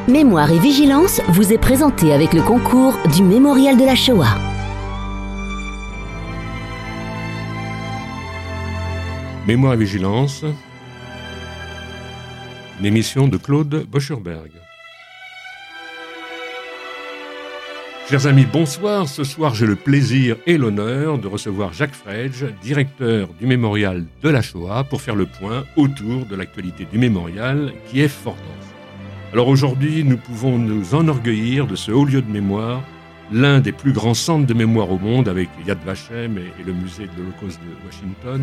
Mémoire et vigilance vous est présenté avec le concours du Mémorial de la Shoah. Mémoire et vigilance, une émission de Claude Boschurberg. Chers amis, bonsoir. Ce soir, j'ai le plaisir et l'honneur de recevoir Jacques Fredge, directeur du Mémorial de la Shoah, pour faire le point autour de l'actualité du Mémorial qui est fort dense. Alors aujourd'hui, nous pouvons nous enorgueillir de ce haut lieu de mémoire, l'un des plus grands centres de mémoire au monde avec Yad Vashem et le musée de l'Holocauste de Washington.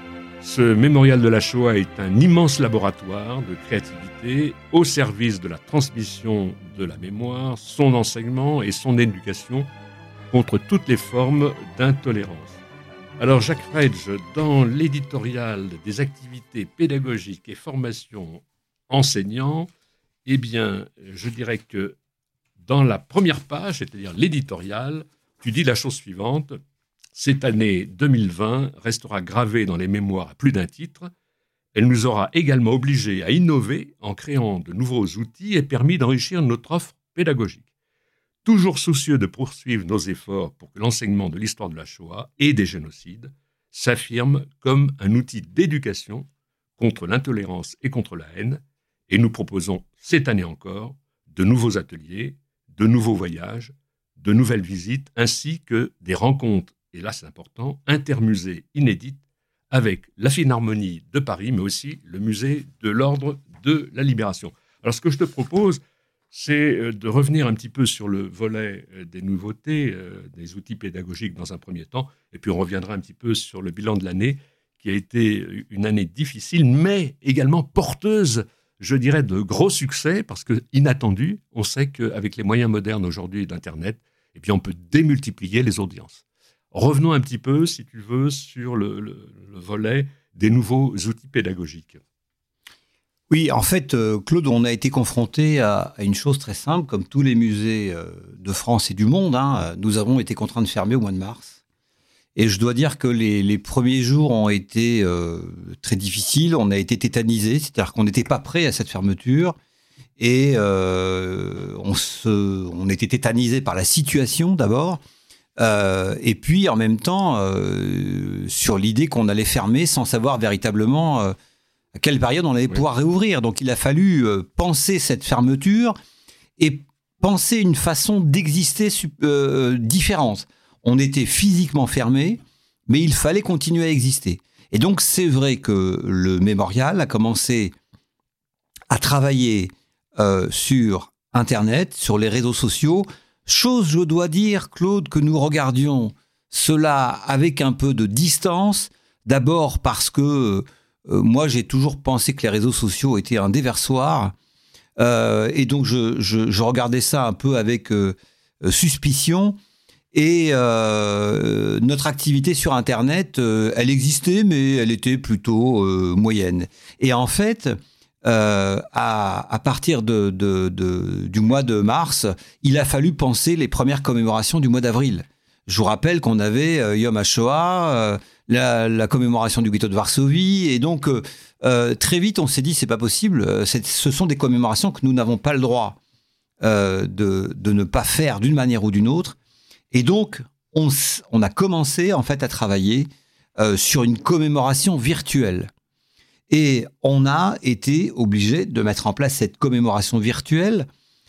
Ce Mémorial de la Shoah est un immense laboratoire de créativité au service de la transmission de la mémoire, son enseignement et son éducation contre toutes les formes d'intolérance. Alors Jacques Fredge, dans l'éditorial des activités pédagogiques et formation enseignants, eh bien, je dirais que dans la première page, c'est-à-dire l'éditorial, tu dis la chose suivante. Cette année 2020 restera gravée dans les mémoires à plus d'un titre. Elle nous aura également obligés à innover en créant de nouveaux outils et permis d'enrichir notre offre pédagogique. Toujours soucieux de poursuivre nos efforts pour que l'enseignement de l'histoire de la Shoah et des génocides s'affirme comme un outil d'éducation contre l'intolérance et contre la haine. Et nous proposons cette année encore de nouveaux ateliers, de nouveaux voyages, de nouvelles visites, ainsi que des rencontres, et là c'est important, intermusées inédites avec la Philharmonie de Paris, mais aussi le musée de l'Ordre de la Libération. Alors ce que je te propose, c'est de revenir un petit peu sur le volet des nouveautés, des outils pédagogiques dans un premier temps, et puis on reviendra un petit peu sur le bilan de l'année, qui a été une année difficile, mais également porteuse, je dirais, de gros succès, parce que inattendu, on sait qu'avec les moyens modernes aujourd'hui d'Internet, eh bien, on peut démultiplier les audiences. Revenons un petit peu, si tu veux, sur le volet des nouveaux outils pédagogiques. Oui, en fait, Claude, on a été confronté à une chose très simple, comme tous les musées de France et du monde. Nous avons été contraints de fermer au mois de mars. Et je dois dire que les premiers jours ont été très difficiles. On a été tétanisés, c'est-à-dire qu'on n'était pas prêt à cette fermeture. Et on était tétanisés par la situation d'abord. Et puis en même temps, sur l'idée qu'on allait fermer sans savoir véritablement à quelle période on allait pouvoir réouvrir. Donc il a fallu penser cette fermeture et penser une façon d'exister différente. On était physiquement fermés, mais il fallait continuer à exister. Et donc, c'est vrai que le mémorial a commencé à travailler sur Internet, sur les réseaux sociaux. Chose, je dois dire, Claude, que nous regardions cela avec un peu de distance. D'abord parce que moi, j'ai toujours pensé que les réseaux sociaux étaient un déversoir. Et donc, je regardais ça un peu avec suspicion. Et notre activité sur Internet, elle existait, mais elle était plutôt moyenne. Et en fait, à partir du mois de mars, il a fallu penser les premières commémorations du mois d'avril. Je vous rappelle qu'on avait Yom HaShoah, la commémoration du ghetto de Varsovie, et donc très vite on s'est dit c'est pas possible. Ce sont des commémorations que nous n'avons pas le droit de ne pas faire d'une manière ou d'une autre. Et donc, on a commencé en fait à travailler sur une commémoration virtuelle. Et on a été obligé de mettre en place cette commémoration virtuelle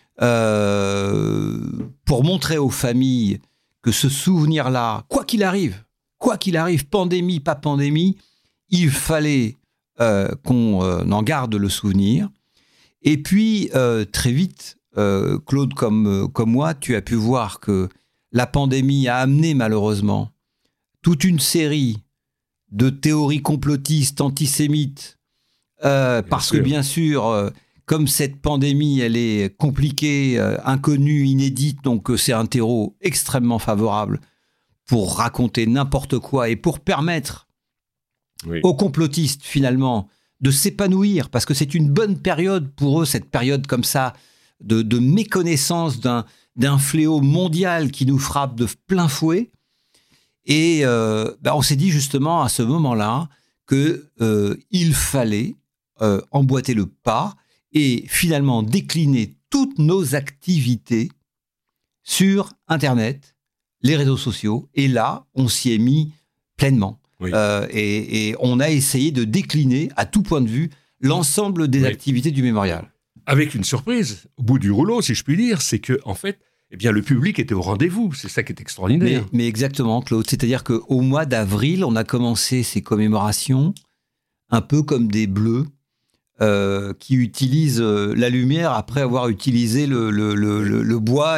pour montrer aux familles que ce souvenir-là, quoi qu'il arrive, pandémie, pas pandémie, il fallait qu'on en garde le souvenir. Et puis, très vite, Claude, comme moi, tu as pu voir que la pandémie a amené malheureusement toute une série de théories complotistes, antisémites, parce que bien sûr, comme cette pandémie, elle est compliquée, inconnue, inédite, donc c'est un terreau extrêmement favorable pour raconter n'importe quoi et pour permettre aux complotistes finalement de s'épanouir, parce que c'est une bonne période pour eux, cette période comme ça de méconnaissance d'un fléau mondial qui nous frappe de plein fouet. Et on s'est dit justement à ce moment-là qu'il fallait emboîter le pas et finalement décliner toutes nos activités sur Internet, les réseaux sociaux. Et là, on s'y est mis pleinement. Oui. Et on a essayé de décliner, à tout point de vue, l'ensemble des activités du mémorial. Avec une surprise, au bout du rouleau, si je puis dire, c'est que, en fait, eh bien, le public était au rendez-vous. C'est ça qui est extraordinaire. Mais exactement, Claude. C'est-à-dire qu'au mois d'avril, on a commencé ces commémorations un peu comme des bleus qui utilisent la lumière après avoir utilisé le bois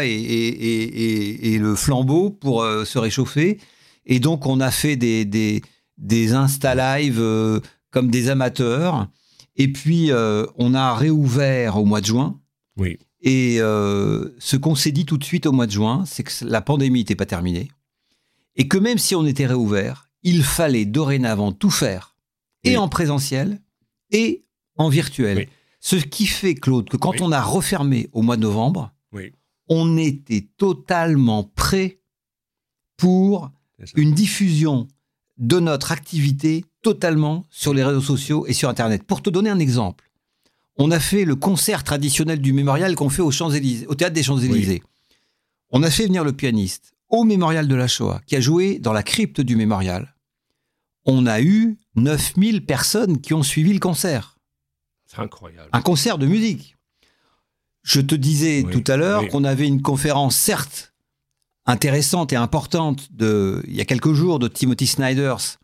et le flambeau pour se réchauffer. Et donc, on a fait des Insta Live comme des amateurs. Et puis, on a réouvert au mois de juin. Oui. Et ce qu'on s'est dit tout de suite au mois de juin, c'est que la pandémie n'était pas terminée. Et que même si on était réouvert, il fallait dorénavant tout faire, et en présentiel, et en virtuel. Oui. Ce qui fait, Claude, que quand on a refermé au mois de novembre, on était totalement prêt pour une diffusion de notre activité totalement sur les réseaux sociaux et sur Internet. Pour te donner un exemple, on a fait le concert traditionnel du mémorial qu'on fait au Théâtre des Champs-Élysées. Oui. On a fait venir le pianiste au mémorial de la Shoah, qui a joué dans la crypte du mémorial. On a eu 9000 personnes qui ont suivi le concert. C'est incroyable. Un concert de musique. Je te disais tout à l'heure qu'on avait une conférence, certes, intéressante et importante il y a quelques jours de Timothy Snyders,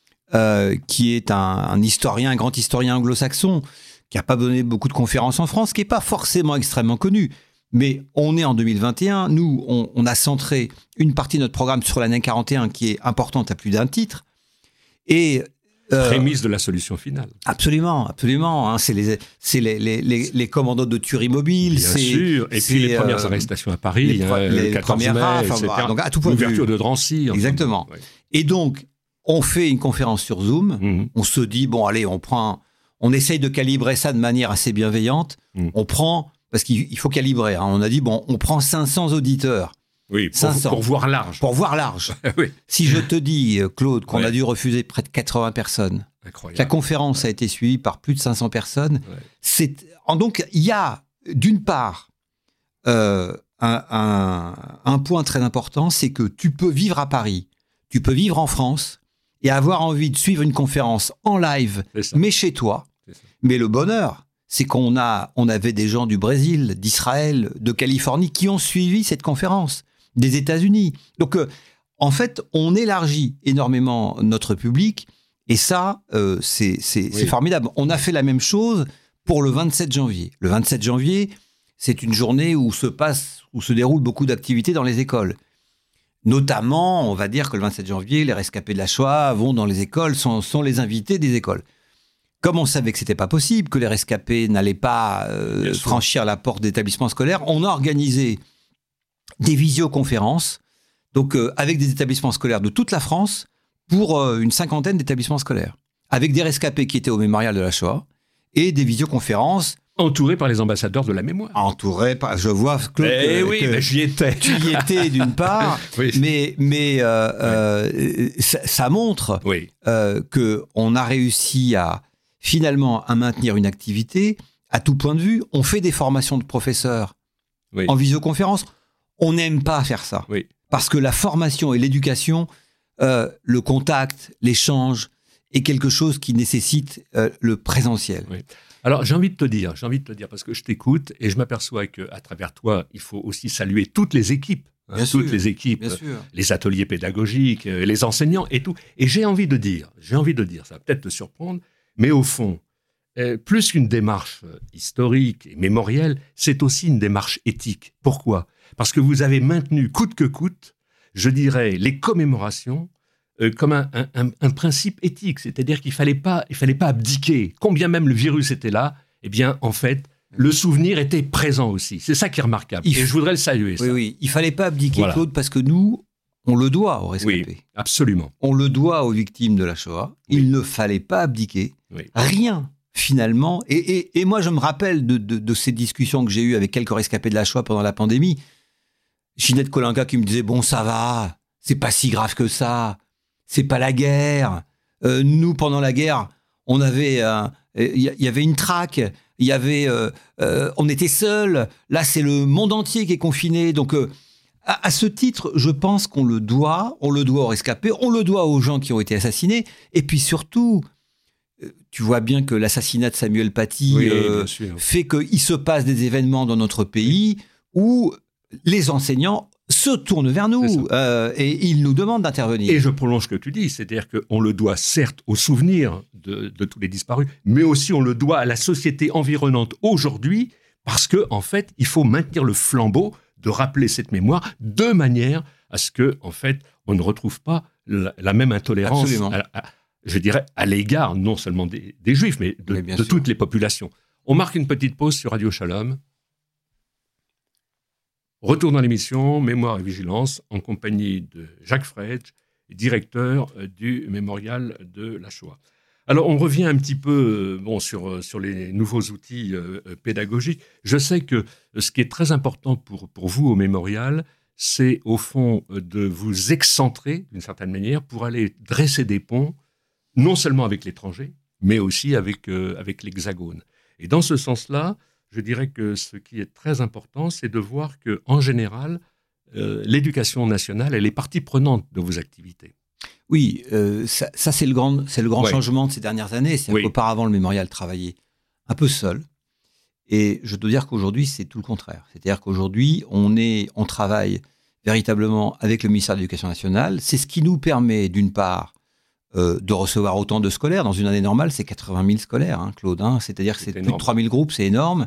qui est un historien, un grand historien anglo-saxon, qui n'a pas donné beaucoup de conférences en France, qui n'est pas forcément extrêmement connu. Mais on est en 2021, nous, on a centré une partie de notre programme sur l'année 41 qui est importante à plus d'un titre. Et prémisse de la solution finale. Absolument, absolument. Hein, c'est les commandos de tuerie mobile. Bien sûr. Et puis les premières arrestations à Paris, le 14 mai, etc. Donc à tout point de vue. L'ouverture de Drancy. Exactement. Enfin, Et donc, on fait une conférence sur Zoom. Mm-hmm. On se dit, bon, allez, on essaye de calibrer ça de manière assez bienveillante. On prend, parce qu'il faut calibrer. Hein, on a dit, bon, on prend 500 auditeurs. Oui, pour voir large. Pour voir large. Oui. Si je te dis, Claude, qu'on a dû refuser près de 80 personnes, que la conférence a été suivie par plus de 500 personnes, donc il y a, d'une part, un point très important, c'est que tu peux vivre à Paris, tu peux vivre en France et avoir envie de suivre une conférence en live, mais chez toi. Mais le bonheur, c'est qu'on avait des gens du Brésil, d'Israël, de Californie qui ont suivi cette conférence, des États-Unis. Donc, en fait, on élargit énormément notre public et ça, c'est formidable. On a fait la même chose pour le 27 janvier. Le 27 janvier, c'est une journée où se déroulent beaucoup d'activités dans les écoles. Notamment, on va dire que le 27 janvier, les rescapés de la Shoah vont dans les écoles, sont les invités des écoles. Comme on savait que c'était pas possible, que les rescapés n'allaient pas franchir la porte d'établissements scolaires, on a organisé des visioconférences, donc avec des établissements scolaires de toute la France, pour une 50aine d'établissements scolaires, avec des rescapés qui étaient au mémorial de la Shoah et des visioconférences. Entouré par les ambassadeurs de la mémoire. Entouré par, je vois, Claude, j'y étais. Tu y étais d'une part, mais ça montre qu'on a réussi finalement à maintenir une activité à tout point de vue. On fait des formations de professeurs en visioconférence. On n'aime pas faire ça. Parce que la formation et l'éducation, le contact, l'échange, est quelque chose qui nécessite le présentiel. Alors, j'ai envie de te dire, parce que je t'écoute et je m'aperçois qu'à travers toi, il faut aussi saluer toutes les équipes. Les équipes, les ateliers pédagogiques, les enseignants et tout. Et j'ai envie de dire, ça va peut-être te surprendre, mais au fond, plus qu'une démarche historique et mémorielle, c'est aussi une démarche éthique. Pourquoi ? Parce que vous avez maintenu, coûte que coûte, je dirais, les commémorations comme un principe éthique. C'est-à-dire qu'il fallait pas abdiquer. Combien même le virus était là, eh bien, en fait, le souvenir était présent aussi. C'est ça qui est remarquable. Et je voudrais le saluer. Oui, il fallait pas abdiquer, Claude, parce que nous, on le doit aux rescapés. Oui, absolument. On le doit aux victimes de la Shoah. Il ne fallait pas abdiquer. Rien, finalement. Et moi, je me rappelle de ces discussions que j'ai eues avec quelques rescapés de la Shoah pendant la pandémie. Ginette Kolinka qui me disait « Bon, ça va, c'est pas si grave que ça, c'est pas la guerre. Nous, pendant la guerre, il y avait une traque, il y avait, on était seuls. Là, c'est le monde entier qui est confiné. Donc, à ce titre, je pense qu'on le doit aux rescapés, on le doit aux gens qui ont été assassinés. Et puis surtout, tu vois bien que l'assassinat de Samuel Paty fait qu'il se passe des événements dans notre pays où les enseignants se tournent vers nous et ils nous demandent d'intervenir. Et je prolonge ce que tu dis, c'est-à-dire qu'on le doit certes au souvenir de tous les disparus, mais aussi on le doit à la société environnante aujourd'hui, parce qu'en fait, il faut maintenir le flambeau de rappeler cette mémoire de manière à ce que, en fait, on ne retrouve pas la même intolérance, je dirais, à l'égard non seulement des Juifs, mais de toutes les populations. On marque une petite pause sur Radio Shalom. Retour dans l'émission Mémoire et Vigilance en compagnie de Jacques Fredge, directeur du Mémorial de la Shoah. Alors, on revient un petit peu sur les nouveaux outils pédagogiques. Je sais que ce qui est très important pour vous au Mémorial, c'est au fond de vous excentrer d'une certaine manière pour aller dresser des ponts, non seulement avec l'étranger, mais aussi avec l'Hexagone. Et dans ce sens-là, je dirais que ce qui est très important, c'est de voir qu'en général, l'éducation nationale, elle est partie prenante de vos activités. Oui, ça c'est le grand changement de ces dernières années. C'est qu'auparavant, le Mémorial travaillait un peu seul. Et je dois dire qu'aujourd'hui, c'est tout le contraire. C'est-à-dire qu'aujourd'hui, on travaille véritablement avec le ministère de l'Éducation nationale. C'est ce qui nous permet, d'une part, de recevoir autant de scolaires. Dans une année normale, c'est 80 000 scolaires, hein, Claude. Hein, c'est-à-dire que c'est plus de 3 000 groupes, c'est énorme.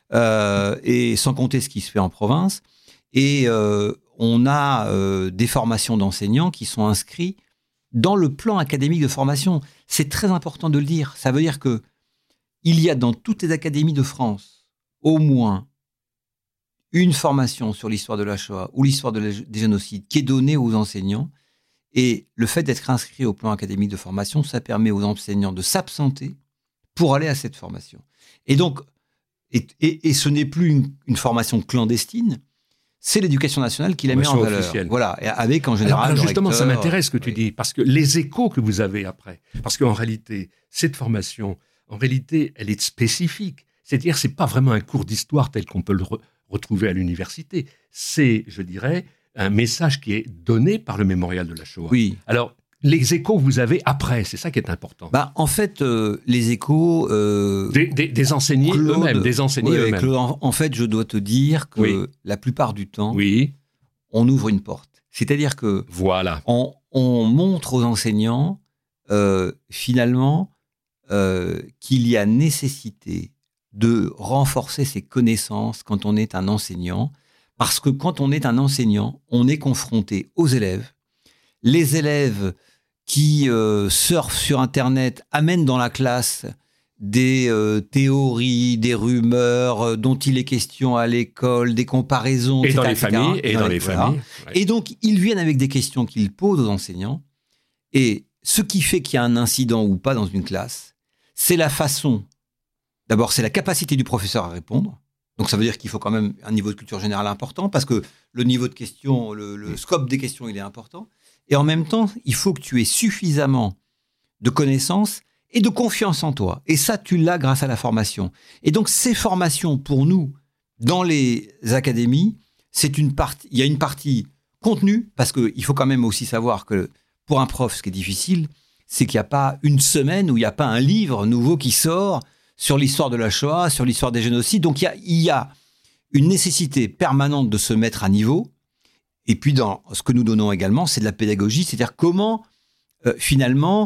Et sans compter ce qui se fait en province. Et on a des formations d'enseignants qui sont inscrits dans le plan académique de formation. C'est très important de le dire. Ça veut dire que il y a dans toutes les académies de France au moins une formation sur l'histoire de la Shoah ou l'histoire des génocides qui est donnée aux enseignants. Et le fait d'être inscrit au plan académique de formation, ça permet aux enseignants de s'absenter pour aller à cette formation. Et donc, et ce n'est plus une formation clandestine, c'est l'éducation nationale qui la met en valeur. Officielle. Voilà, et avec en général. Alors justement, recteur, ça m'intéresse ce que tu dis, parce que les échos que vous avez après, parce qu'en réalité, cette formation, en réalité, elle est spécifique. C'est-à-dire, c'est pas vraiment un cours d'histoire tel qu'on peut le retrouver à l'université. C'est, je dirais, un message qui est donné par le Mémorial de la Shoah. Oui. Alors, les échos que vous avez après, c'est ça qui est important. En fait, les échos... Des enseignés eux-mêmes. Claude, en fait, je dois te dire que la plupart du temps, on ouvre une porte. C'est-à-dire que on montre aux enseignants, finalement, qu'il y a nécessité de renforcer ses connaissances quand on est un enseignant. Parce que quand on est un enseignant, on est confronté aux élèves. Les élèves qui surfent sur Internet amènent dans la classe des théories, des rumeurs dont il est question à l'école, des comparaisons, etc. Et dans les familles. Et donc, ils viennent avec des questions qu'ils posent aux enseignants. Et ce qui fait qu'il y a un incident ou pas dans une classe, c'est la façon. D'abord, c'est la capacité du professeur à répondre. Donc, ça veut dire qu'il faut quand même un niveau de culture générale important parce que le niveau de question, le scope des questions, il est important. Et en même temps, il faut que tu aies suffisamment de connaissances et de confiance en toi. Et ça, tu l'as grâce à la formation. Et donc, ces formations, pour nous, dans les académies, il y a une partie contenue, parce qu'il faut quand même aussi savoir que pour un prof, ce qui est difficile, c'est qu'il n'y a pas une semaine où il n'y a pas un livre nouveau qui sort sur l'histoire de la Shoah, sur l'histoire des génocides. Donc, il y a une nécessité permanente de se mettre à niveau. Et puis, dans ce que nous donnons également, c'est de la pédagogie, c'est-à-dire comment, finalement,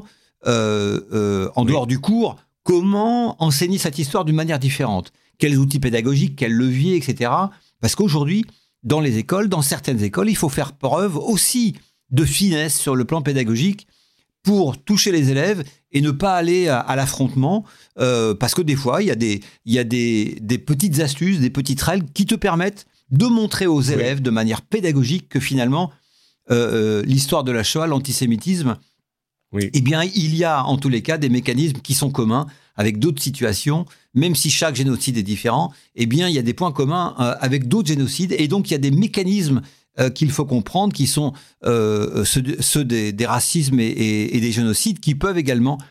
en dehors du cours, comment enseigner cette histoire d'une manière différente. Quels outils pédagogiques, quels leviers, etc. Parce qu'aujourd'hui, dans les écoles, dans certaines écoles, il faut faire preuve aussi de finesse sur le plan pédagogique pour toucher les élèves et ne pas aller à l'affrontement, parce que des fois, il y a des petites astuces, des petites règles qui te permettent de montrer aux élèves de manière pédagogique que finalement, l'histoire de la Shoah, l'antisémitisme, eh bien, il y a en tous les cas des mécanismes qui sont communs avec d'autres situations, même si chaque génocide est différent, eh bien, il y a des points communs avec d'autres génocides, et donc il y a des mécanismes qu'il faut comprendre, qui sont ceux des racismes et des génocides, qui peuvent également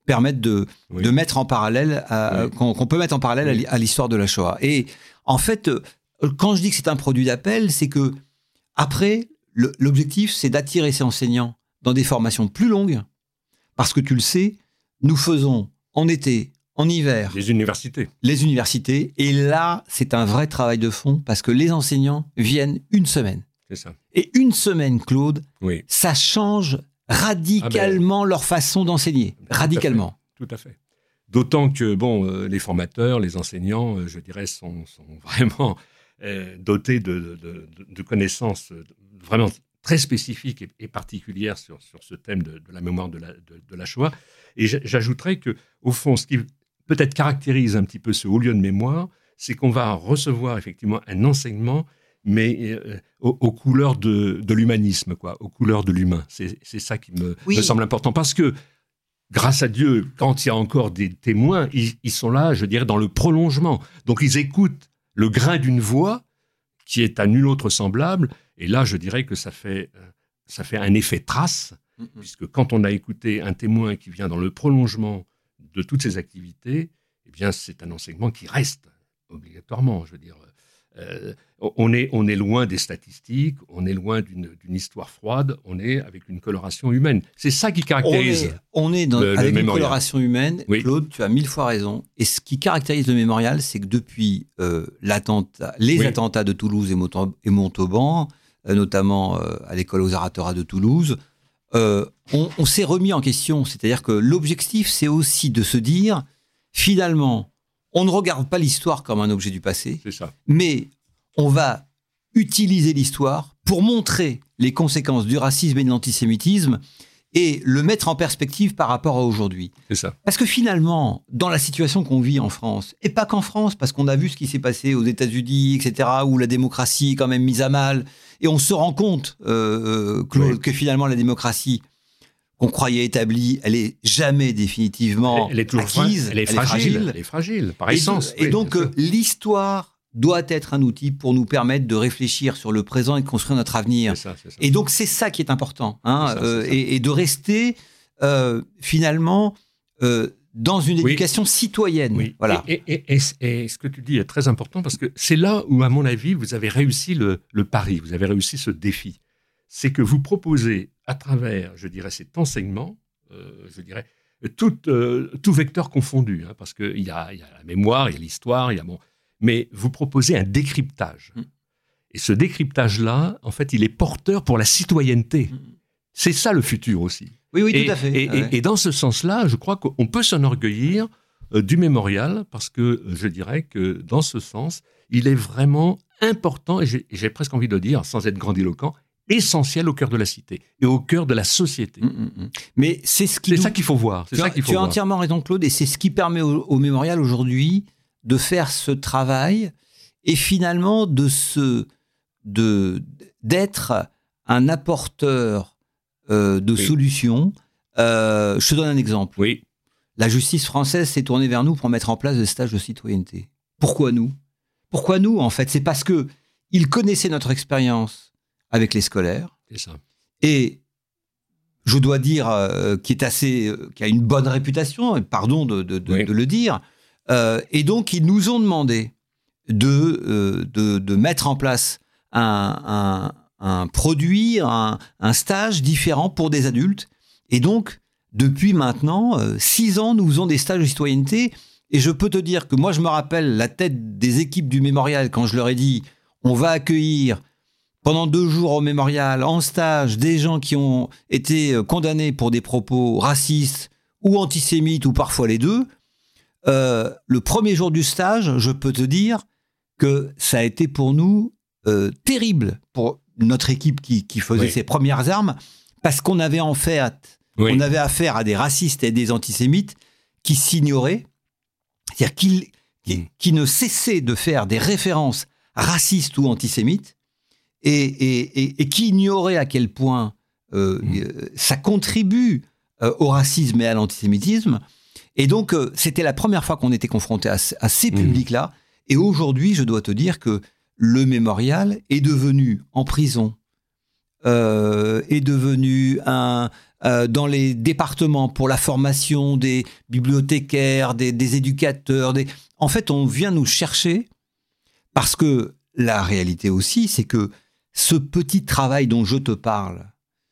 permettent de mettre en parallèle, qu'on peut mettre en parallèle à l'histoire de la Shoah. Et en fait, quand je dis que c'est un produit d'appel, c'est que après, l'objectif, c'est d'attirer ces enseignants dans des formations plus longues, parce que tu le sais, nous faisons en été, en hiver, les universités. Et là, c'est un vrai travail de fond, parce que les enseignants viennent une semaine. C'est ça. Et une semaine, Claude, ça change radicalement leur façon d'enseigner. Radicalement. Tout à fait. D'autant que les formateurs, les enseignants, je dirais, sont vraiment dotés de connaissances vraiment très spécifiques et particulières sur ce thème de la mémoire de la Shoah. Et j'ajouterais que, au fond, ce qui peut-être caractérise un petit peu ce haut lieu de mémoire, c'est qu'on va recevoir effectivement un enseignement, mais aux couleurs de l'humanisme, aux couleurs de l'humain. C'est ça qui me semble important. Parce que, grâce à Dieu, quand il y a encore des témoins, ils sont là, je dirais, dans le prolongement. Donc, ils écoutent le grain d'une voix qui est à nul autre semblable. Et là, je dirais que ça fait un effet trace, puisque quand on a écouté un témoin qui vient dans le prolongement de toutes ces activités, eh bien, c'est un enseignement qui reste obligatoirement, je veux dire. On est loin des statistiques, on est loin d'une histoire froide, on est avec une coloration humaine. C'est ça qui caractérise on est avec une coloration humaine. Claude, tu as 1000 fois raison. Et ce qui caractérise le mémorial, c'est que depuis les attentats de Toulouse et Montauban, notamment à l'école aux Aratora de Toulouse, on s'est remis en question. C'est-à-dire que l'objectif, c'est aussi de se dire, finalement, on ne regarde pas l'histoire comme un objet du passé, mais on va utiliser l'histoire pour montrer les conséquences du racisme et de l'antisémitisme et le mettre en perspective par rapport à aujourd'hui. C'est ça. Parce que finalement, dans la situation qu'on vit en France, et pas qu'en France, parce qu'on a vu ce qui s'est passé aux États-Unis, etc., où la démocratie est quand même mise à mal, et on se rend compte, Claude, que finalement la démocratie qu'on croyait établie, elle est jamais définitivement acquise. Elle est fragile, par essence. Et donc, l'histoire doit être un outil pour nous permettre de réfléchir sur le présent et de construire notre avenir. C'est ça. Et donc, c'est ça qui est important. Et de rester, finalement, dans une éducation citoyenne. Oui. Voilà. Et ce que tu dis est très important, parce que c'est là où, à mon avis, vous avez réussi le pari, vous avez réussi ce défi. C'est que vous proposez, à travers, je dirais, cet enseignement, je dirais, tout vecteur confondu, parce qu'il y a la mémoire, il y a l'histoire, mais vous proposez un décryptage. Et ce décryptage-là, en fait, il est porteur pour la citoyenneté. C'est ça le futur aussi. Oui, tout à fait. Et dans ce sens-là, je crois qu'on peut s'enorgueillir du mémorial, parce que je dirais que dans ce sens, il est vraiment important, et j'ai presque envie de dire, sans être grandiloquent, essentiel au cœur de la cité et au cœur de la société. Mais c'est ça qu'il faut voir. Tu as entièrement raison, Claude, et c'est ce qui permet au mémorial aujourd'hui de faire ce travail et finalement d'être un apporteur de solutions. Je te donne un exemple. Oui. La justice française s'est tournée vers nous pour mettre en place des stages de citoyenneté. Pourquoi nous ? En fait ? C'est parce qu'ils connaissaient notre expérience avec les scolaires. C'est ça. Et je dois dire qui a une bonne réputation, pardon de le dire. Et donc, ils nous ont demandé de mettre en place un produit, un stage différent pour des adultes. Et donc, depuis maintenant 6 ans, nous faisons des stages de citoyenneté. Et je peux te dire que moi, je me rappelle la tête des équipes du mémorial quand je leur ai dit « On va accueillir pendant 2 jours au mémorial, en stage, des gens qui ont été condamnés pour des propos racistes ou antisémites ou parfois les deux. » Le premier jour du stage, je peux te dire que ça a été pour nous terrible, pour notre équipe qui faisait ses premières armes, parce qu'on avait on avait affaire à des racistes et des antisémites qui s'ignoraient, c'est-à-dire qui ne cessaient de faire des références racistes ou antisémites, et qui ignoraient à quel point ça contribue au racisme et à l'antisémitisme. Et donc, c'était la première fois qu'on était confronté à ces publics-là. Et aujourd'hui, je dois te dire que le mémorial est devenu, en prison, est devenu dans les départements pour la formation des bibliothécaires, des éducateurs. En fait, on vient nous chercher parce que la réalité aussi, c'est que ce petit travail dont je te parle,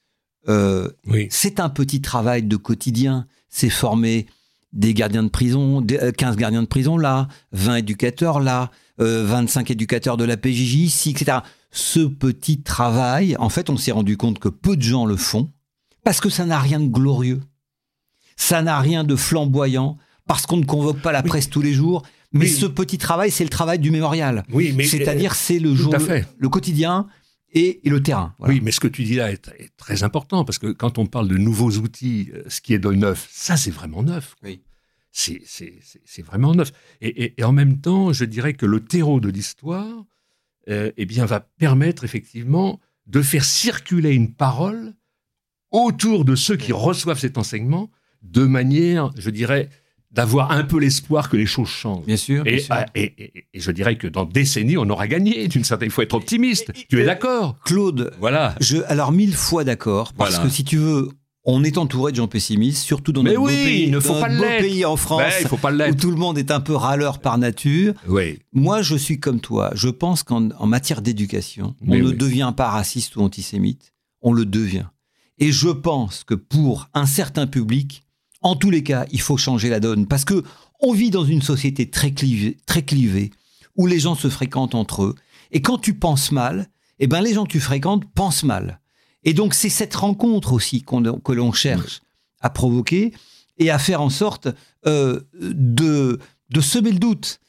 c'est un petit travail de quotidien. C'est former des gardiens de prison, 15 gardiens de prison là, 20 éducateurs là, 25 éducateurs de la PJJ ici, etc. Ce petit travail, en fait, on s'est rendu compte que peu de gens le font parce que ça n'a rien de glorieux, ça n'a rien de flamboyant, parce qu'on ne convoque pas la presse tous les jours. Mais ce petit travail, c'est le travail du mémorial. Oui, mais c'est-à-dire, c'est le jour, le quotidien et le terrain. Voilà. Oui, mais ce que tu dis là est très important, parce que quand on parle de nouveaux outils, ce qui est de neuf, ça c'est vraiment neuf. Oui. C'est vraiment neuf. Et en même temps, je dirais que le terreau de l'histoire va permettre effectivement de faire circuler une parole autour de ceux qui reçoivent cet enseignement, de manière, je dirais, d'avoir un peu l'espoir que les choses changent. Bien sûr. Et je dirais que dans décennies, on aura gagné. D'une certaine, il faut être optimiste. Tu es d'accord, Claude? Voilà. Alors 1000 fois d'accord, parce que si tu veux, on est entouré de gens pessimistes, surtout dans notre beau pays. Il ne faut pas beau pays en France, il faut pas l'être. où tout le monde est un peu râleur par nature. Oui. Moi, je suis comme toi. Je pense qu'en matière d'éducation, on ne devient pas raciste ou antisémite. On le devient. Et je pense que pour un certain public, en tous les cas, il faut changer la donne. Parce que on vit dans une société très clivée, où les gens se fréquentent entre eux. Et quand tu penses mal, les gens que tu fréquentes pensent mal. Et donc, c'est cette rencontre aussi que l'on cherche à provoquer et à faire en sorte de semer le doute.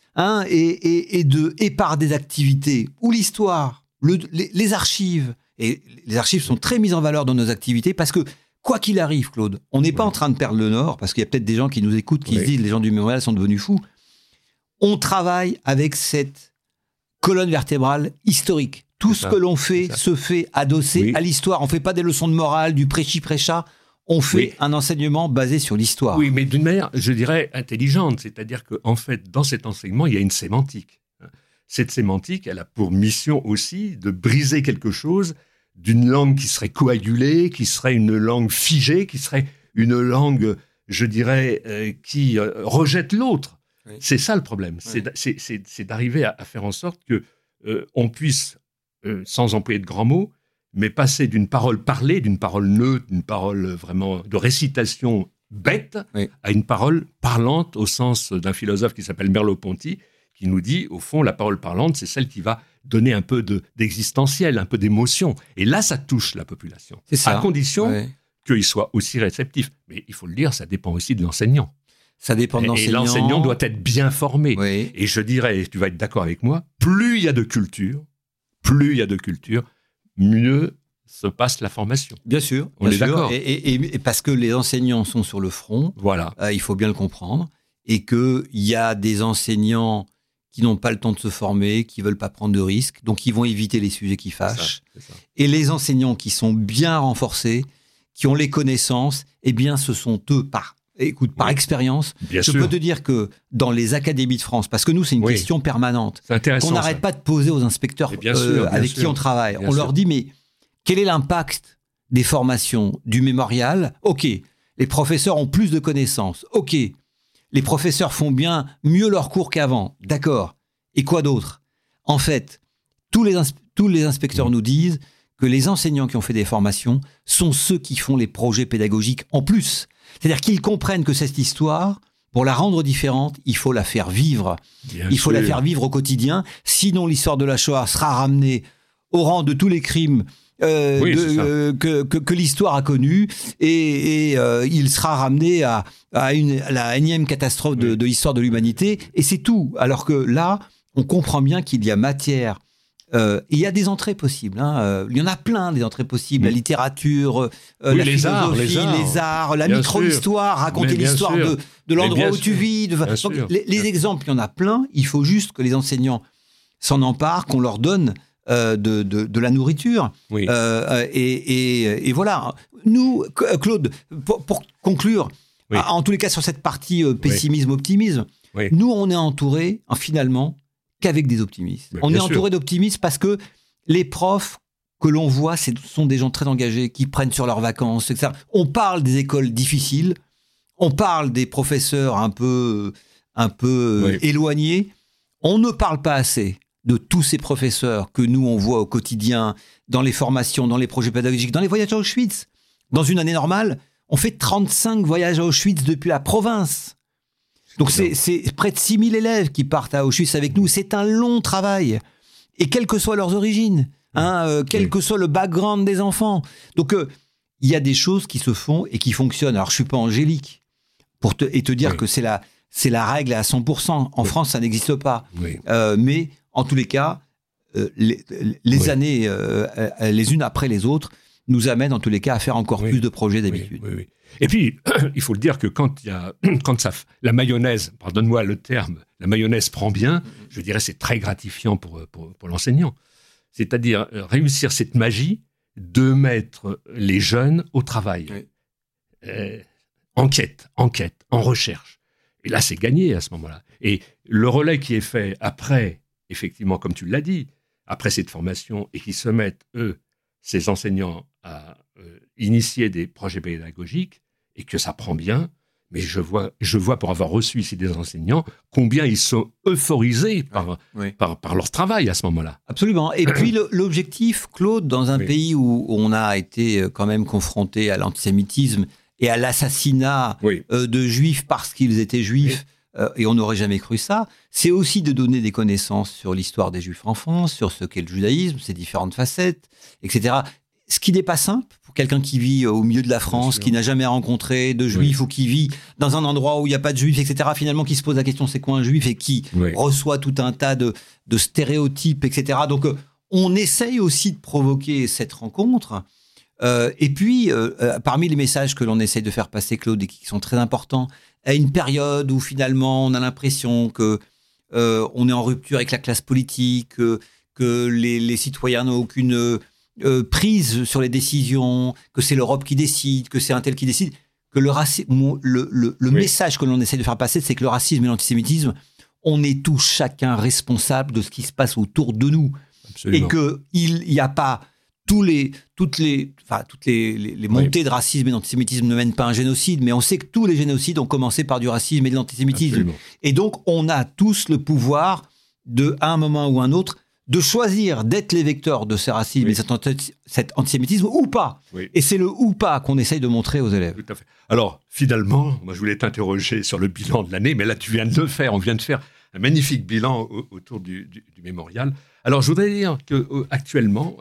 Et par des activités où l'histoire, les archives, et les archives sont très mises en valeur dans nos activités parce que, quoi qu'il arrive, Claude, on n'est pas en train de perdre le Nord, parce qu'il y a peut-être des gens qui nous écoutent qui se disent les gens du mémorial sont devenus fous. On travaille avec cette colonne vertébrale historique. Tout ce que l'on fait se fait adossé à l'histoire. On ne fait pas des leçons de morale, du prêchi-prêcha. On fait un enseignement basé sur l'histoire. Oui, mais d'une manière, je dirais, intelligente. C'est-à-dire qu'en fait, dans cet enseignement, il y a une sémantique. Cette sémantique, elle a pour mission aussi de briser quelque chose d'une langue qui serait coagulée, qui serait une langue figée, qui serait une langue, je dirais, qui rejette l'autre. Oui. C'est ça le problème. Oui. C'est d'arriver à faire en sorte que on puisse, sans employer de grands mots, mais passer d'une parole parlée, d'une parole neutre, d'une parole vraiment de récitation bête, à une parole parlante au sens d'un philosophe qui s'appelle Merleau-Ponty, qui nous dit, au fond, la parole parlante, c'est celle qui va donner un peu d'existentiel, un peu d'émotion. Et là, ça touche la population. C'est ça. À condition qu'il soit aussi réceptif. Mais il faut le dire, ça dépend aussi de l'enseignant. Ça dépend de l'enseignant. Et l'enseignant doit être bien formé. Oui. Et je dirais, tu vas être d'accord avec moi, plus il y a de culture, mieux se passe la formation. Bien sûr. On est d'accord. Et parce que les enseignants sont sur le front, il faut bien le comprendre, et qu'il y a des enseignants qui n'ont pas le temps de se former, qui ne veulent pas prendre de risques, donc ils vont éviter les sujets qui fâchent. C'est ça. Et les enseignants qui sont bien renforcés, qui ont les connaissances, ce sont eux, par expérience, je peux te dire que dans les académies de France, parce que nous, c'est une question permanente, qu'on n'arrête pas de poser aux inspecteurs avec qui on travaille. On leur dit, mais quel est l'impact des formations du mémorial? Ok, les professeurs ont plus de connaissances. Ok, les professeurs font mieux leurs cours qu'avant. D'accord. Et quoi d'autre? En fait, tous les inspecteurs nous disent que les enseignants qui ont fait des formations sont ceux qui font les projets pédagogiques en plus. C'est-à-dire qu'ils comprennent que cette histoire, pour la rendre différente, il faut la faire vivre. Il faut la faire vivre au quotidien. Sinon, l'histoire de la Shoah sera ramenée au rang de tous les crimes que l'histoire a connus, et il sera ramené à la énième catastrophe de l'histoire de l'humanité, et c'est tout. Alors que là, on comprend bien qu'il y a matière. Il y a des entrées possibles. Il y en a plein, des entrées possibles. La littérature, la philosophie, les arts, la micro-histoire, raconter l'histoire de l'endroit où tu vis. Donc, les exemples, il y en a plein. Il faut juste que les enseignants s'en emparent, qu'on leur donne de la nourriture. Et voilà. Nous, Claude, pour conclure, en tous les cas sur cette partie pessimisme-optimisme, nous, on est entourés, finalement, qu'avec des optimistes. On est entouré d'optimistes parce que les profs que l'on voit, ce sont des gens très engagés qui prennent sur leurs vacances, etc. On parle des écoles difficiles, on parle des professeurs un peu éloignés. On ne parle pas assez de tous ces professeurs que nous, on voit au quotidien, dans les formations, dans les projets pédagogiques, dans les voyages à Auschwitz. Dans une année normale, on fait 35 voyages à Auschwitz depuis la province. Donc c'est près de 6000 élèves qui partent à Auschwitz avec nous. C'est un long travail. Et quelles que soient leurs origines, quel que soit le background des enfants. Donc il y a des choses qui se font et qui fonctionnent. Alors je suis pas angélique te dire que c'est la règle à 100%. En France, ça n'existe pas. Mais en tous les cas, les années, les unes après les autres, nous amènent en tous les cas à faire encore plus de projets d'habitude. Oui. Et puis, il faut le dire que quand la mayonnaise, pardonne-moi le terme, la mayonnaise prend bien, je dirais c'est très gratifiant pour l'enseignant. C'est-à-dire réussir cette magie de mettre les jeunes au travail. Enquête, en recherche. Et là, c'est gagné à ce moment-là. Et le relais qui est fait après, effectivement, comme tu l'as dit, après cette formation, et qui se mettent, ces enseignants, à initier des projets pédagogiques, et que ça prend bien, mais je vois pour avoir reçu ici des enseignants, combien ils sont euphorisés par leur travail à ce moment-là. Absolument. Et puis l'objectif, Claude, dans un pays où on a été quand même confronté à l'antisémitisme et à l'assassinat de juifs parce qu'ils étaient juifs, et on n'aurait jamais cru ça, c'est aussi de donner des connaissances sur l'histoire des juifs en France, sur ce qu'est le judaïsme, ses différentes facettes, etc. Ce qui n'est pas simple pour quelqu'un qui vit au milieu de la France, qui n'a jamais rencontré de juifs ou qui vit dans un endroit où il n'y a pas de juifs, etc. Finalement, qui se pose la question c'est quoi un juif et qui reçoit tout un tas de stéréotypes, etc. Donc, on essaye aussi de provoquer cette rencontre. Et puis, parmi les messages que l'on essaye de faire passer, Claude, et qui sont très importants, à une période où finalement on a l'impression que on est en rupture avec la classe politique, que les citoyens n'ont aucune prise sur les décisions, que c'est l'Europe qui décide, que c'est un tel qui décide, que le message que l'on essaie de faire passer, c'est que le racisme et l'antisémitisme, on est tous chacun responsables de ce qui se passe autour de nous. Absolument. Et qu'il n'y a pas toutes les montées de racisme et d'antisémitisme ne mènent pas à un génocide, mais on sait que tous les génocides ont commencé par du racisme et de l'antisémitisme. Absolument. Et donc, on a tous le pouvoir à un moment ou un autre, de choisir d'être les vecteurs de ce racisme et cet antisémitisme ou pas. Et c'est le ou pas qu'on essaye de montrer aux élèves. Tout à fait. Alors, finalement, moi je voulais t'interroger sur le bilan de l'année, mais là tu viens de le faire. On vient de faire un magnifique bilan autour du mémorial. Alors, je voudrais dire qu'actuellement,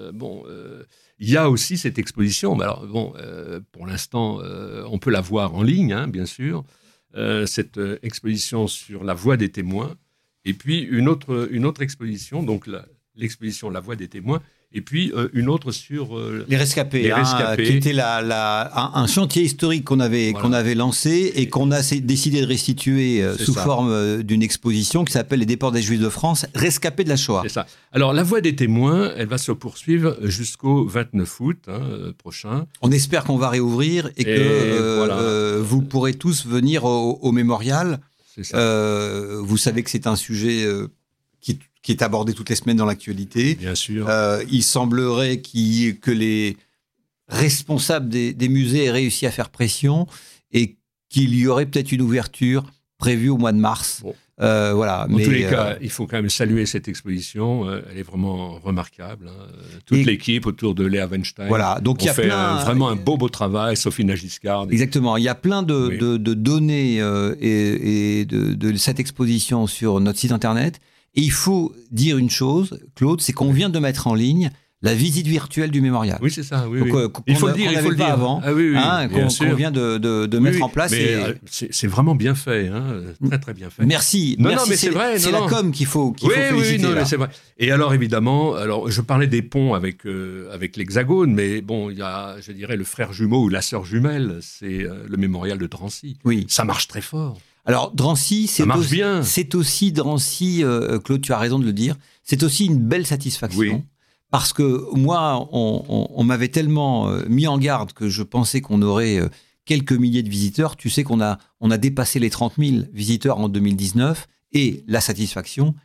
il y a aussi cette exposition. Mais alors, pour l'instant, on peut la voir en ligne, bien sûr. Cette exposition sur la voix des témoins. Et puis une autre exposition, donc l'exposition La Voix des témoins, et puis une autre sur les rescapés, qui était un chantier historique qu'on avait lancé et qu'on a décidé de restituer sous forme d'une exposition qui s'appelle Les déports des Juifs de France, rescapés de la Shoah. C'est ça. Alors La Voix des témoins, elle va se poursuivre jusqu'au 29 août prochain. On espère qu'on va réouvrir et que vous pourrez tous venir au mémorial. Vous savez que c'est un sujet qui est abordé toutes les semaines dans l'actualité. Bien sûr. Il semblerait que les responsables des musées aient réussi à faire pression et qu'il y aurait peut-être une ouverture prévue au mois de mars. Bon. En tous les cas, il faut quand même saluer cette exposition. Elle est vraiment remarquable. Toute l'équipe autour de Léa Weinstein. Voilà, donc il y a fait vraiment un beau travail. Sophie Nagiscard. Exactement. Il y a plein de données et de cette exposition sur notre site internet. Et il faut dire une chose, Claude, c'est qu'on vient de mettre en ligne la visite virtuelle du mémorial. Oui, c'est ça. Oui, donc, il faut le dire. Il faut le dire avant. Qu'on vient de mettre en place. Mais c'est vraiment bien fait, très très bien fait. Merci. Non, mais c'est vrai. C'est la com qu'il faut féliciter. Oui, c'est vrai. Et alors évidemment, je parlais des ponts avec l'Hexagone, mais bon, il y a, je dirais, le frère jumeau ou la sœur jumelle, c'est le mémorial de Drancy. Oui. Ça marche très fort. Alors, Drancy, c'est aussi Drancy, Claude, tu as raison de le dire, c'est aussi une belle satisfaction. Oui. Parce que moi, on m'avait tellement mis en garde que je pensais qu'on aurait quelques milliers de visiteurs. Tu sais qu'on a dépassé les 30 000 visiteurs en 2019. Et la satisfaction,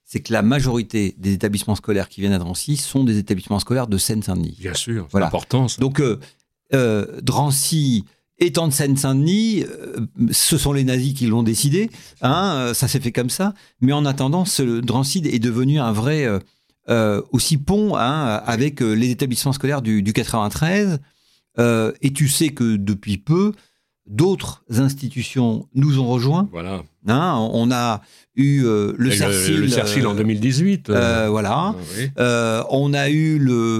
c'est que la majorité des établissements scolaires qui viennent à Drancy sont des établissements scolaires de Seine-Saint-Denis. Bien sûr, c'est Voilà. important. Ça. Donc, Drancy étant de Seine-Saint-Denis, ce sont les nazis qui l'ont décidé. Ça s'est fait comme ça. Mais en attendant, Drancy est devenu un vrai aussi pont avec les établissements scolaires du 93. Et tu sais que depuis peu, d'autres institutions nous ont rejoints. Voilà. On a eu le CERCIL. Le CERCIL en 2018. Voilà. Oui. On a eu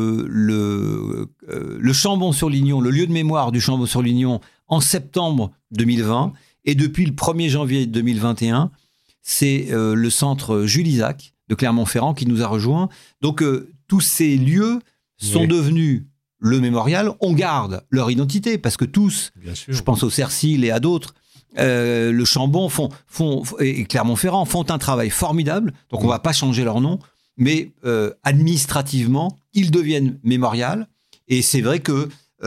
le Chambon-sur-Lignon, le lieu de mémoire du Chambon-sur-Lignon en septembre 2020. Et depuis le 1er janvier 2021, c'est le centre Jules Isaac de Clermont-Ferrand qui nous a rejoints. Donc, tous ces lieux sont devenus le mémorial. On garde leur identité parce que tous, je pense au CERCIL et à d'autres, le Chambon et Clermont-Ferrand font un travail formidable. Donc, on ne va pas changer leur nom. Mais administrativement, ils deviennent mémorial. Et c'est vrai que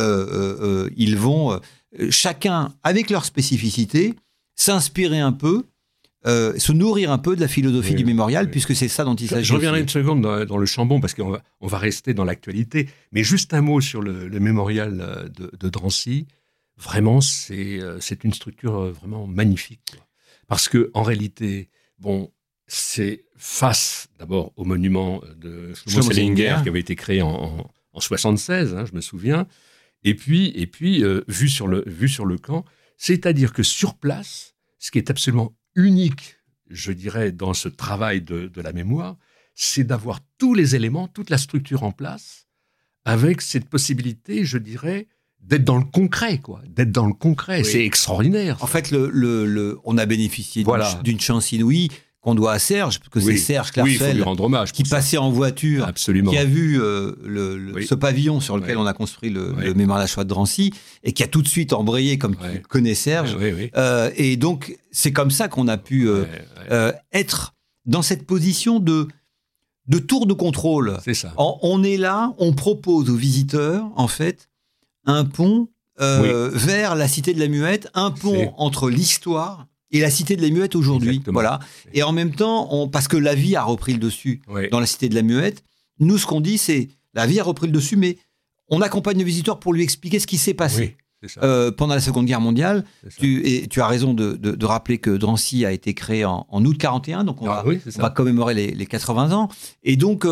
ils vont, chacun avec leur spécificité, s'inspirer un peu, se nourrir un peu de la philosophie du mémorial, puisque c'est ça dont il s'agit. Je reviendrai une seconde dans le Chambon, parce qu'on va rester dans l'actualité. Mais juste un mot sur le mémorial de Drancy. Vraiment, c'est une structure vraiment magnifique. Parce qu'en réalité, c'est face d'abord au monument de Shlomo Selinger qui avait été créé en 76, je me souviens. Et puis vu sur le camp, c'est-à-dire que sur place, ce qui est absolument unique, je dirais, dans ce travail de la mémoire, c'est d'avoir tous les éléments, toute la structure en place, avec cette possibilité, je dirais, d'être dans le concret, quoi. D'être dans le concret, c'est extraordinaire. Ça. En fait, on a bénéficié d'une chance inouïe qu'on doit à Serge, parce que c'est Serge Klarsfeld qui passait en voiture, qui a vu ce pavillon sur lequel on a construit le mémorial de la Shoah de Drancy, et qui a tout de suite embrayé, comme tu connais Serge. Et donc, c'est comme ça qu'on a pu être dans cette position de tour de contrôle. C'est ça. On est là, on propose aux visiteurs, en fait, un pont vers la Cité de la Muette, un pont entre l'histoire et la Cité de la Muette aujourd'hui. Exactement. Voilà. Et en même temps, parce que la vie a repris le dessus dans la Cité de la Muette, nous, ce qu'on dit, c'est la vie a repris le dessus, mais on accompagne le visiteur pour lui expliquer ce qui s'est passé pendant la Seconde Guerre mondiale. Tu as raison de rappeler que Drancy a été créé en août 41, donc on va commémorer les 80 ans. Et donc,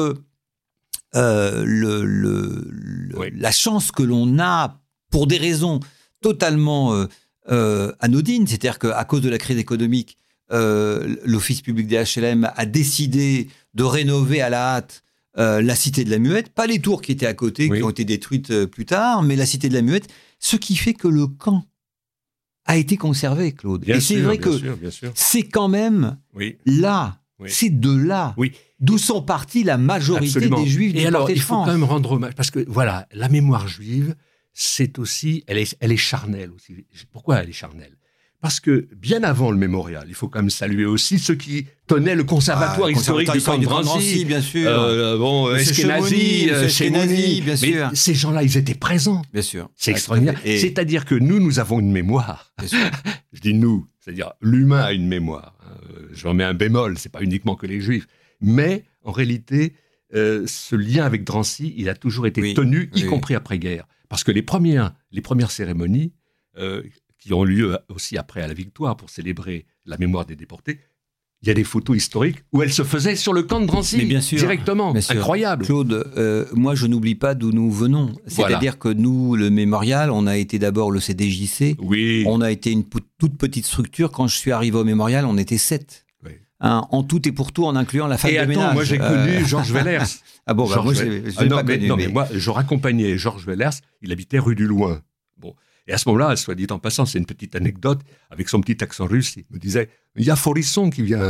la chance que l'on a, pour des raisons totalement anodines, c'est-à-dire qu'à cause de la crise économique, l'Office public des HLM a décidé de rénover à la hâte la Cité de la Muette, pas les tours qui étaient à côté, qui ont été détruites plus tard, mais la Cité de la Muette, ce qui fait que le camp a été conservé, Claude. Et c'est vrai que c'est quand même là, c'est de là d'où sont partis la majorité des Juifs du alors, de France. Il faut quand même rendre hommage, parce que voilà, la mémoire juive, c'est aussi, elle est charnelle aussi. Pourquoi elle est charnelle ? Parce que bien avant le mémorial, il faut quand même saluer aussi ceux qui tenaient le conservatoire historique du camp de Drancy, bien sûr. Eskenazi, bien sûr. Mais ces gens-là, ils étaient présents. Bien sûr. C'est extraordinaire. C'est-à-dire que nous avons une mémoire. Je dis nous, c'est-à-dire l'humain a une mémoire. Je remets un bémol, c'est pas uniquement que les Juifs. Mais en réalité, ce lien avec Drancy, il a toujours été tenu, y compris après-guerre. Parce que les premières cérémonies qui ont lieu aussi après à la victoire pour célébrer la mémoire des déportés, il y a des photos historiques où elles se faisaient sur le camp de Drancy, directement. Bien sûr. Incroyable. Claude, moi je n'oublie pas d'où nous venons. C'est-à-dire que nous, le mémorial, on a été d'abord le CDJC. On a été une toute petite structure. Quand je suis arrivé au mémorial, on était 7. En tout et pour tout, en incluant la femme de ménage. Moi j'ai connu Georges Wellers. Moi je l'ai pas connu. Mais moi je raccompagnais Georges Wellers, il habitait rue du Loing. Et à ce moment-là, soit dit en passant, c'est une petite anecdote, avec son petit accent russe, il me disait, il y a Forisson qui vient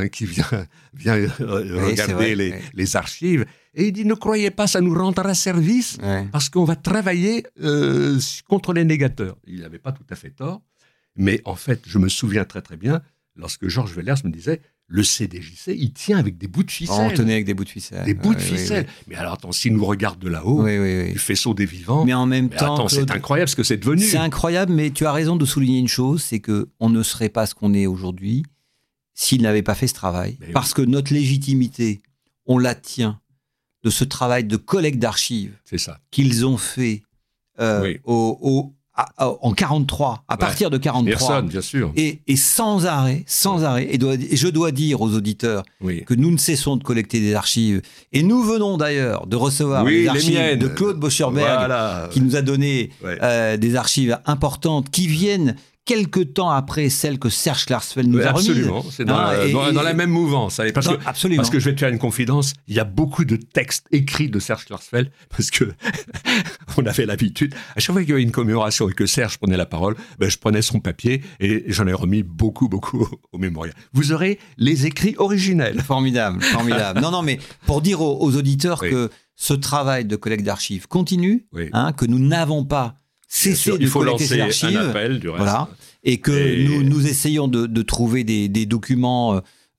regarder les archives, et il dit, ne croyez pas, ça nous rendra service, parce qu'on va travailler contre les négateurs. Il n'avait pas tout à fait tort, mais en fait, je me souviens très très bien, lorsque Georges Wellers me disait, le CDJC, il tient avec des bouts de ficelle. On tenait avec des bouts de ficelle. Des bouts de ficelle. Mais alors, attends, s'il nous regarde de là-haut, du faisceau des vivants. Mais en même temps, attends, c'est incroyable ce que c'est devenu. C'est incroyable, mais tu as raison de souligner une chose, c'est qu'on ne serait pas ce qu'on est aujourd'hui s'ils n'avaient pas fait ce travail. Mais parce que notre légitimité, on la tient de ce travail de collecte d'archives C'est ça. qu'ils ont fait Oui. en 43, à partir de 43. Personne, bien sûr. Et sans arrêt. Et je dois dire aux auditeurs Oui. que nous ne cessons de collecter des archives. Et nous venons d'ailleurs de recevoir Oui, les les archives miennes. de Claude Bocherberg, Voilà. qui nous a donné Ouais. des archives importantes qui viennent quelque temps après celles que Serge Klarsfeld nous Oui, a remises. absolument. C'est dans, Hein, dans la même mouvance. Parce Non, que, absolument. parce que je vais te faire une confidence, il y a beaucoup de textes écrits de Serge Klarsfeld, parce que on avait l'habitude, à chaque fois qu'il y avait une commémoration et que Serge prenait la parole, ben, je prenais son papier et j'en ai remis beaucoup au mémorial. Vous aurez les écrits originels. Formidable. Non, mais pour dire aux auditeurs Oui. que ce travail de collecte d'archives continue, Oui. que nous n'avons pas cessé de Il faut collecter lancer ces archives. un appel, du reste. Voilà. Et que Et- nous essayons de trouver des documents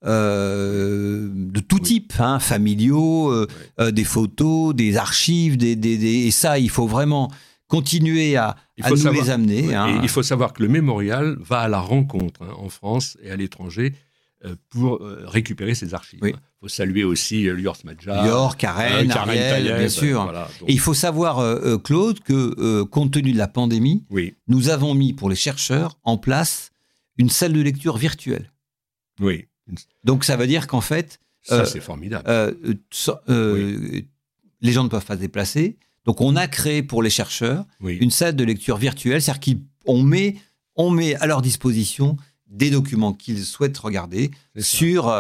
de tout type, familiaux, des photos, des archives, et ça, il faut vraiment continuer à nous les amener. Et il faut savoir que le mémorial va à la rencontre en France et à l'étranger pour récupérer ces archives. Oui. Il faut saluer aussi Lior Smadja, Lior, Karen, Ariel, Tayeb, bien sûr. voilà, donc, Et il faut savoir, Claude, que compte tenu de la pandémie, oui, nous avons mis pour les chercheurs en place une salle de lecture virtuelle. oui. Donc ça veut dire qu'en fait, Ça, c'est formidable. les gens ne peuvent pas se déplacer. Donc on a créé pour les chercheurs Oui. une salle de lecture virtuelle, c'est-à-dire qu'on met à leur disposition des documents qu'ils souhaitent regarder C'est ça.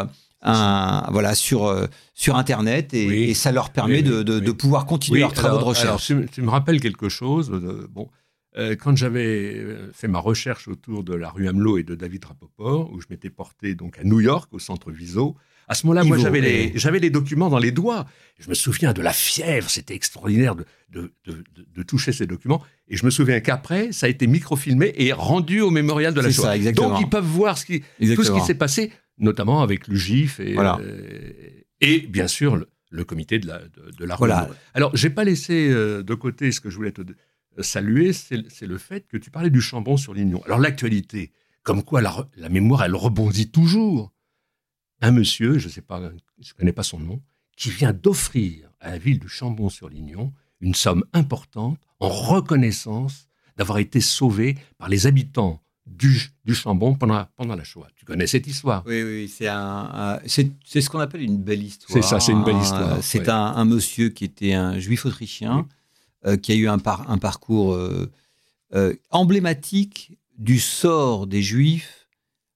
sur Internet et ça leur permet de pouvoir continuer leurs travaux de recherche. Alors, tu me rappelles quelque chose. Quand j'avais fait ma recherche autour de la rue Amelot et de David Rapoport, où je m'étais porté donc à New York, au centre Viso, à ce moment-là, moi, j'avais les documents dans les doigts. Je me souviens de la fièvre, c'était extraordinaire de toucher ces documents. Et je me souviens qu'après, ça a été microfilmé et rendu au mémorial de la Shoah. Ça, exactement. Donc, ils peuvent voir tout ce qui s'est passé, notamment avec l'UGIF et bien sûr, le comité de la rue. Voilà. Alors, j'ai pas laissé de côté ce que je voulais te saluer, c'est le fait que tu parlais du Chambon sur Lignon. Alors, l'actualité, comme quoi la mémoire, elle rebondit toujours. Un monsieur, je ne connais pas son nom, qui vient d'offrir à la ville de Chambon-sur-Lignon une somme importante en reconnaissance d'avoir été sauvé par les habitants du Chambon pendant la Shoah. Tu connais cette histoire? Oui, c'est ce qu'on appelle une belle histoire. C'est ça, c'est une belle histoire. C'est un monsieur qui était un juif autrichien, qui a eu un parcours emblématique du sort des juifs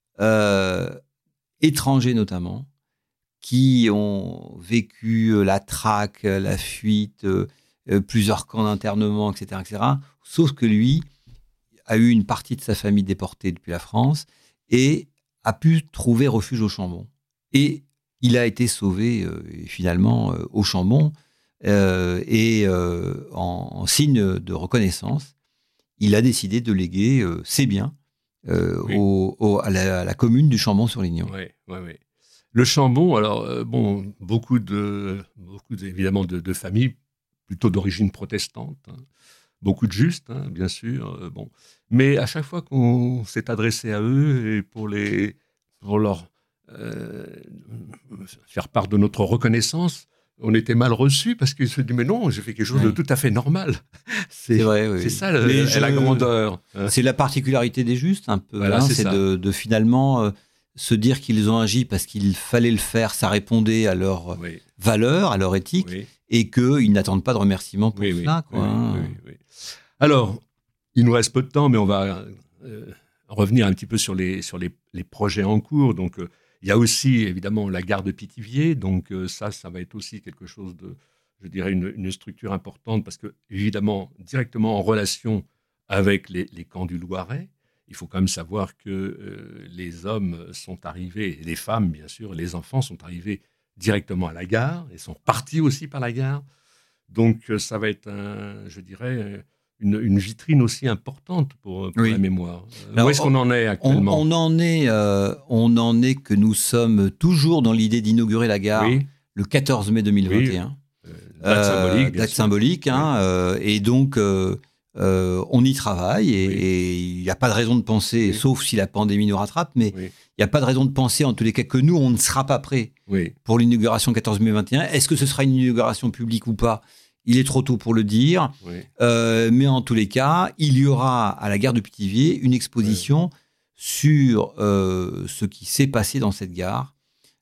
étrangers notamment, qui ont vécu la traque, la fuite, plusieurs camps d'internement, etc., etc. Sauf que lui a eu une partie de sa famille déportée depuis la France et a pu trouver refuge au Chambon. Et il a été sauvé finalement au Chambon en signe de reconnaissance, il a décidé de léguer ses biens à la commune du Chambon-sur-Lignon. Oui. Le Chambon, alors, beaucoup évidemment de familles plutôt d'origine protestante, beaucoup de justes, bien sûr. Mais à chaque fois qu'on s'est adressé à eux et pour leur faire part de notre reconnaissance, on était mal reçus parce qu'ils se disent mais non, j'ai fait quelque chose de tout à fait normal. C'est vrai, oui. C'est ça la grandeur. C'est la particularité des justes un peu. Voilà, c'est de finalement se dire qu'ils ont agi parce qu'il fallait le faire, ça répondait à leur valeur, à leur éthique, et qu'ils n'attendent pas de remerciements pour cela. Oui. Alors, il nous reste peu de temps, mais on va revenir un petit peu sur les projets en cours. Donc, il y a aussi, évidemment, la gare de Pithiviers. Donc, ça va être aussi quelque chose de, je dirais, une structure importante parce que, évidemment, directement en relation avec les camps du Loiret. Il faut quand même savoir que les hommes sont arrivés, et les femmes, bien sûr, les enfants sont arrivés directement à la gare et sont partis aussi par la gare. Donc, ça va être, je dirais, une vitrine aussi importante pour la mémoire. Alors, où est-ce qu'on en est actuellement ? On en est que nous sommes toujours dans l'idée d'inaugurer la gare le 14 mai 2021. Date symbolique, bien sûr. Et donc, On y travaille et il n'y a pas de raison de penser, sauf si la pandémie nous rattrape, mais il n'y a pas de raison de penser, en tous les cas, que nous, on ne sera pas prêts pour l'inauguration 14 mai 21. Est-ce que ce sera une inauguration publique ou pas ? Il est trop tôt pour le dire. Mais en tous les cas, il y aura à la gare de Pithiviers une exposition sur ce qui s'est passé dans cette gare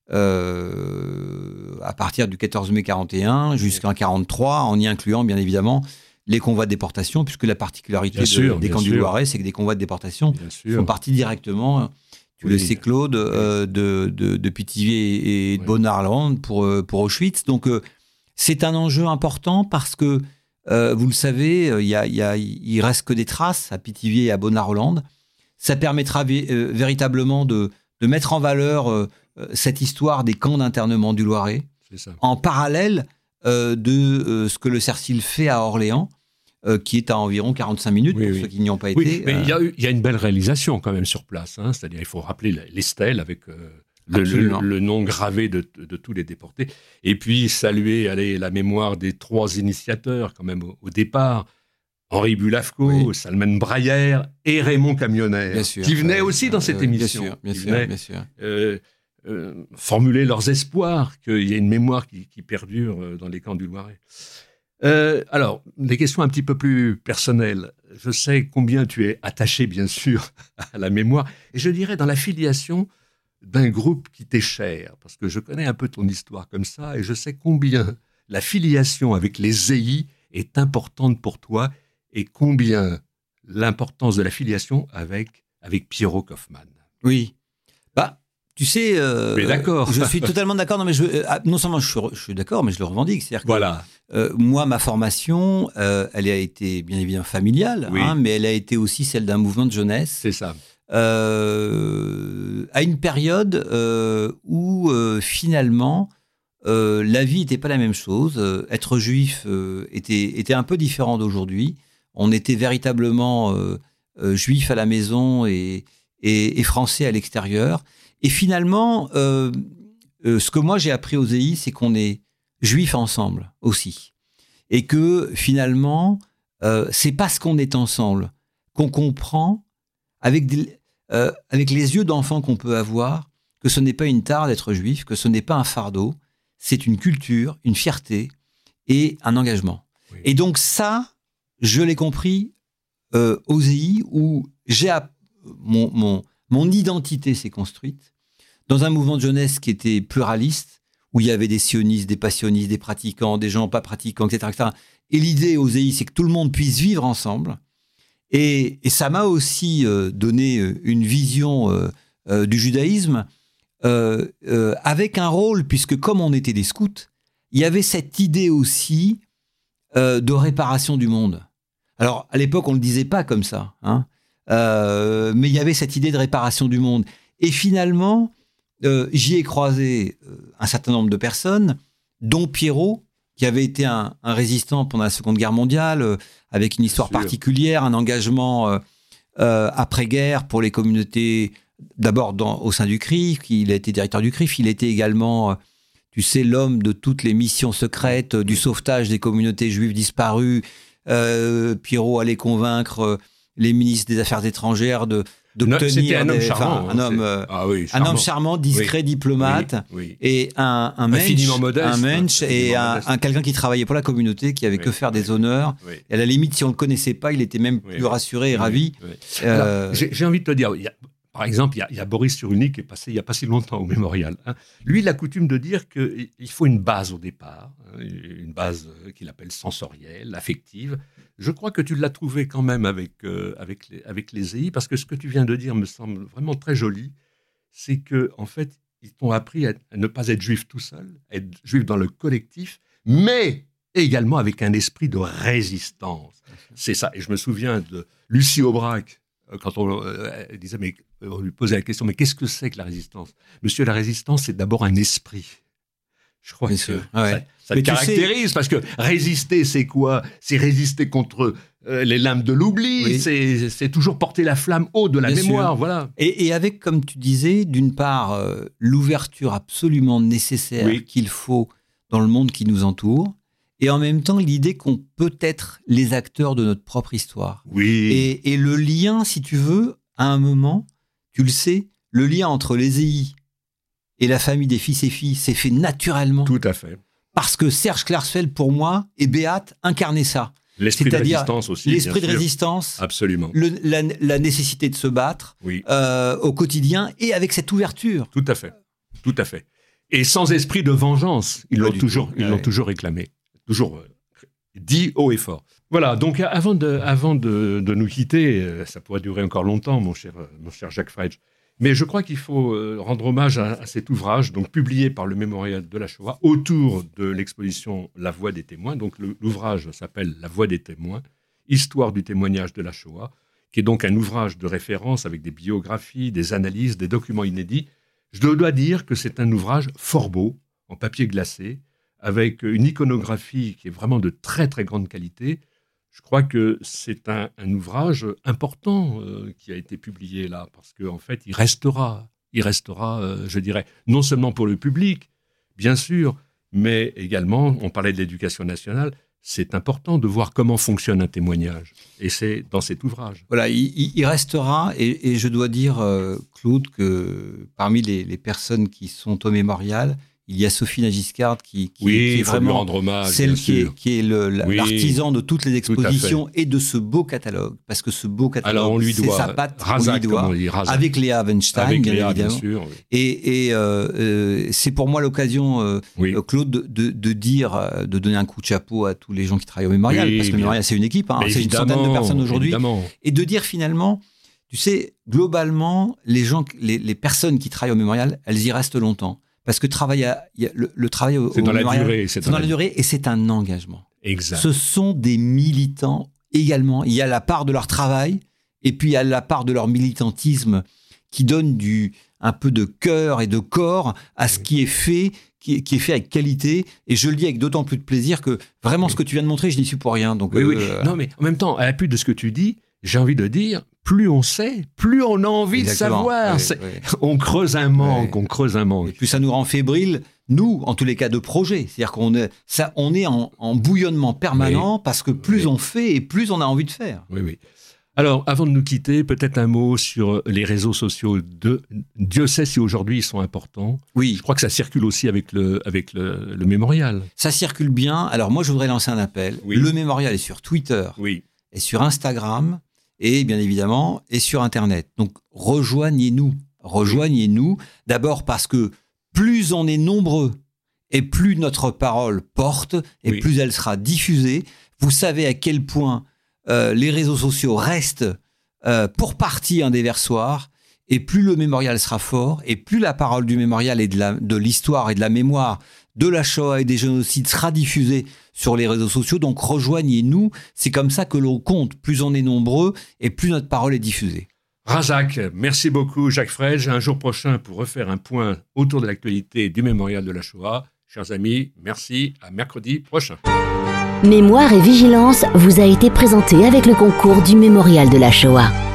à partir du 14 mai 41 jusqu'en 43, en y incluant, bien évidemment, les convois de déportation, puisque la particularité des camps du Loiret, c'est que des convois de déportation sont partis directement, tu le sais Claude, de Pithiviers et de Bonne-Arlande pour Auschwitz. Donc c'est un enjeu important parce que, vous le savez, il reste que des traces à Pithiviers et à Bonne-Arlande. Ça permettra véritablement de mettre en valeur cette histoire des camps d'internement du Loiret, en parallèle de ce que le CERCIL fait à Orléans, qui est à environ 45 minutes, pour ceux qui n'y ont pas été. Mais il y a une belle réalisation quand même sur place. Hein. C'est-à-dire il faut rappeler les stèles avec le nom gravé de tous les déportés. Et puis saluer la mémoire des 3 initiateurs quand même au départ. Henri Bulavco, Salman Brayer et Raymond Camionnaire, qui venaient aussi dans cette émission. Bien sûr. Formuler leurs espoirs qu'il y ait une mémoire qui perdure dans les camps du Loiret. Alors, des questions un petit peu plus personnelles. Je sais combien tu es attaché, bien sûr, à la mémoire. Et je dirais dans la filiation d'un groupe qui t'est cher, parce que je connais un peu ton histoire comme ça, et je sais combien la filiation avec les ZEI est importante pour toi, et combien l'importance de la filiation avec Pierrot Kaufmann. Oui. Tu sais, d'accord. Je suis totalement d'accord. Non, mais non seulement je suis d'accord, mais je le revendique. C'est-à-dire que moi, ma formation, elle a été bien évidemment familiale, mais elle a été aussi celle d'un mouvement de jeunesse. C'est ça. À une période où finalement la vie n'était pas la même chose. Être juif était un peu différent d'aujourd'hui. On était véritablement juif à la maison et français à l'extérieur. Et finalement, ce que moi j'ai appris aux ZEI, c'est qu'on est juifs ensemble aussi. Et que finalement, c'est parce qu'on est ensemble qu'on comprend, avec les yeux d'enfant qu'on peut avoir, que ce n'est pas une tare d'être juif, que ce n'est pas un fardeau, c'est une culture, une fierté et un engagement. Oui. Et donc ça, je l'ai compris aux ZEI, où mon identité s'est construite dans un mouvement de jeunesse qui était pluraliste, où il y avait des sionistes, des passionnistes, des pratiquants, des gens pas pratiquants, etc. etc. Et l'idée aux ZEI, c'est que tout le monde puisse vivre ensemble. Et ça m'a aussi donné une vision du judaïsme avec un rôle, puisque comme on était des scouts, il y avait cette idée aussi de réparation du monde. Alors, à l'époque, on ne le disait pas comme ça, mais il y avait cette idée de réparation du monde. Et finalement, j'y ai croisé un certain nombre de personnes, dont Pierrot, qui avait été un résistant pendant la Seconde Guerre mondiale, avec une histoire particulière, un engagement après-guerre pour les communautés, d'abord au sein du CRIF. Il a été directeur du CRIF, il était également, tu sais, l'homme de toutes les missions secrètes du sauvetage des communautés juives disparues. Pierrot allait convaincre les ministres des Affaires étrangeères d'obtenir... C'était un homme charmant. Un homme charmant, discret, diplomate, et un infiniment modeste, un mensch, et quelqu'un qui travaillait pour la communauté, qui avait que faire des honneurs. Et à la limite, si on ne le connaissait pas, il était même plus rassuré et ravi. Alors, j'ai envie de te dire... Par exemple, il y a Boris Cyrulnik qui est passé il n'y a pas si longtemps au Mémorial. Lui, il a coutume de dire qu'il faut une base au départ, une base qu'il appelle sensorielle, affective. Je crois que tu l'as trouvé quand même avec les ZEI, parce que ce que tu viens de dire me semble vraiment très joli. C'est qu'en fait, ils t'ont appris à ne pas être juif tout seul, à être juif dans le collectif, mais également avec un esprit de résistance. C'est ça. Et je me souviens de Lucie Aubrac, quand on disait, mais on lui posait la question, mais qu'est-ce que c'est que la résistance ? Monsieur, la résistance, c'est d'abord un esprit. Je crois que ça te caractérise, parce que résister, c'est quoi ? C'est résister contre les lames de l'oubli, c'est toujours porter la flamme haut de la mémoire. Voilà. Et avec, comme tu disais, d'une part, l'ouverture absolument nécessaire qu'il faut dans le monde qui nous entoure, et en même temps l'idée qu'on peut être les acteurs de notre propre histoire. Oui. Et le lien, si tu veux, à un moment, tu le sais, le lien entre les EI et la famille des fils et filles s'est fait naturellement. Tout à fait. Parce que Serge Klarsfeld, pour moi, et Beat incarnaient ça. L'esprit de résistance aussi. L'esprit de bien sûr. résistance. Absolument. La nécessité de se battre Oui. Au quotidien et avec cette ouverture. Tout à fait. Tout à fait. Et sans esprit de vengeance. Ils l'ont toujours réclamé. Toujours dit haut et fort. Voilà, donc avant de nous quitter, ça pourrait durer encore longtemps, mon cher Jacques Fredge, mais je crois qu'il faut rendre hommage à cet ouvrage, donc publié par le Mémorial de la Shoah, autour de l'exposition La Voix des témoins. Donc l'ouvrage s'appelle La Voix des témoins, Histoire du témoignage de la Shoah, qui est donc un ouvrage de référence avec des biographies, des analyses, des documents inédits. Je dois dire que c'est un ouvrage fort beau, en papier glacé, avec une iconographie qui est vraiment de très très grande qualité. Je crois que c'est un ouvrage important qui a été publié là, parce qu'en fait, il restera, je dirais, non seulement pour le public, bien sûr, mais également, on parlait de l'éducation nationale, c'est important de voir comment fonctionne un témoignage. Et c'est dans cet ouvrage. Voilà, il restera, et je dois dire, Claude, que parmi les personnes qui sont au mémorial, il y a Sophie Nagiscard qui est vraiment rendre hommage, celle qui est l'artisan de toutes les expositions et de ce beau catalogue. Parce que ce beau catalogue, alors on lui doit, sa patte, Razak, on lui doit, avec Léa Weinstein, bien évidemment. Bien sûr, oui. Et c'est pour moi l'occasion, Claude, de dire, de donner un coup de chapeau à tous les gens qui travaillent au mémorial, parce que le mémorial, c'est une équipe, hein, c'est une centaine de personnes aujourd'hui. Évidemment. Et de dire finalement, tu sais, globalement, les personnes qui travaillent au mémorial, elles y restent longtemps. Parce que le travail au mémorial, c'est dans la durée et c'est un engagement. Exact. Ce sont des militants également. Il y a la part de leur travail et puis il y a la part de leur militantisme qui donne un peu de cœur et de corps à ce qui est fait, qui est fait avec qualité. Et je le dis avec d'autant plus de plaisir que vraiment ce que tu viens de montrer, je n'y suis pour rien. Donc, oui. Non, mais en même temps, à l'appui de ce que tu dis, j'ai envie de dire, plus on sait, plus on a envie de savoir. On creuse un manque, Et puis ça nous rend fébriles, nous, en tous les cas de projet. C'est-à-dire qu'on est en bouillonnement permanent parce que plus on fait et plus on a envie de faire. Oui. Alors, avant de nous quitter, peut-être un mot sur les réseaux sociaux. Dieu sait si aujourd'hui ils sont importants. Oui. Je crois que ça circule aussi avec le mémorial. Ça circule bien. Alors moi, je voudrais lancer un appel. Oui. Le mémorial est sur Twitter, et sur Instagram, et bien évidemment, et sur Internet. Donc, rejoignez-nous. D'abord parce que plus on est nombreux, et plus notre parole porte, et plus elle sera diffusée. Vous savez à quel point les réseaux sociaux restent pour partie un déversoir, et plus le mémorial sera fort, et plus la parole du mémorial et de l'histoire et de la mémoire de la Shoah et des génocides sera diffusée sur les réseaux sociaux. Donc rejoignez-nous, c'est comme ça que l'on compte. Plus on est nombreux et plus notre parole est diffusée. Razak, merci beaucoup Jacques Fredge. Un jour prochain pour refaire un point autour de l'actualité du mémorial de la Shoah. Chers amis, merci, à mercredi prochain. Mémoire et vigilance vous a été présenté avec le concours du mémorial de la Shoah.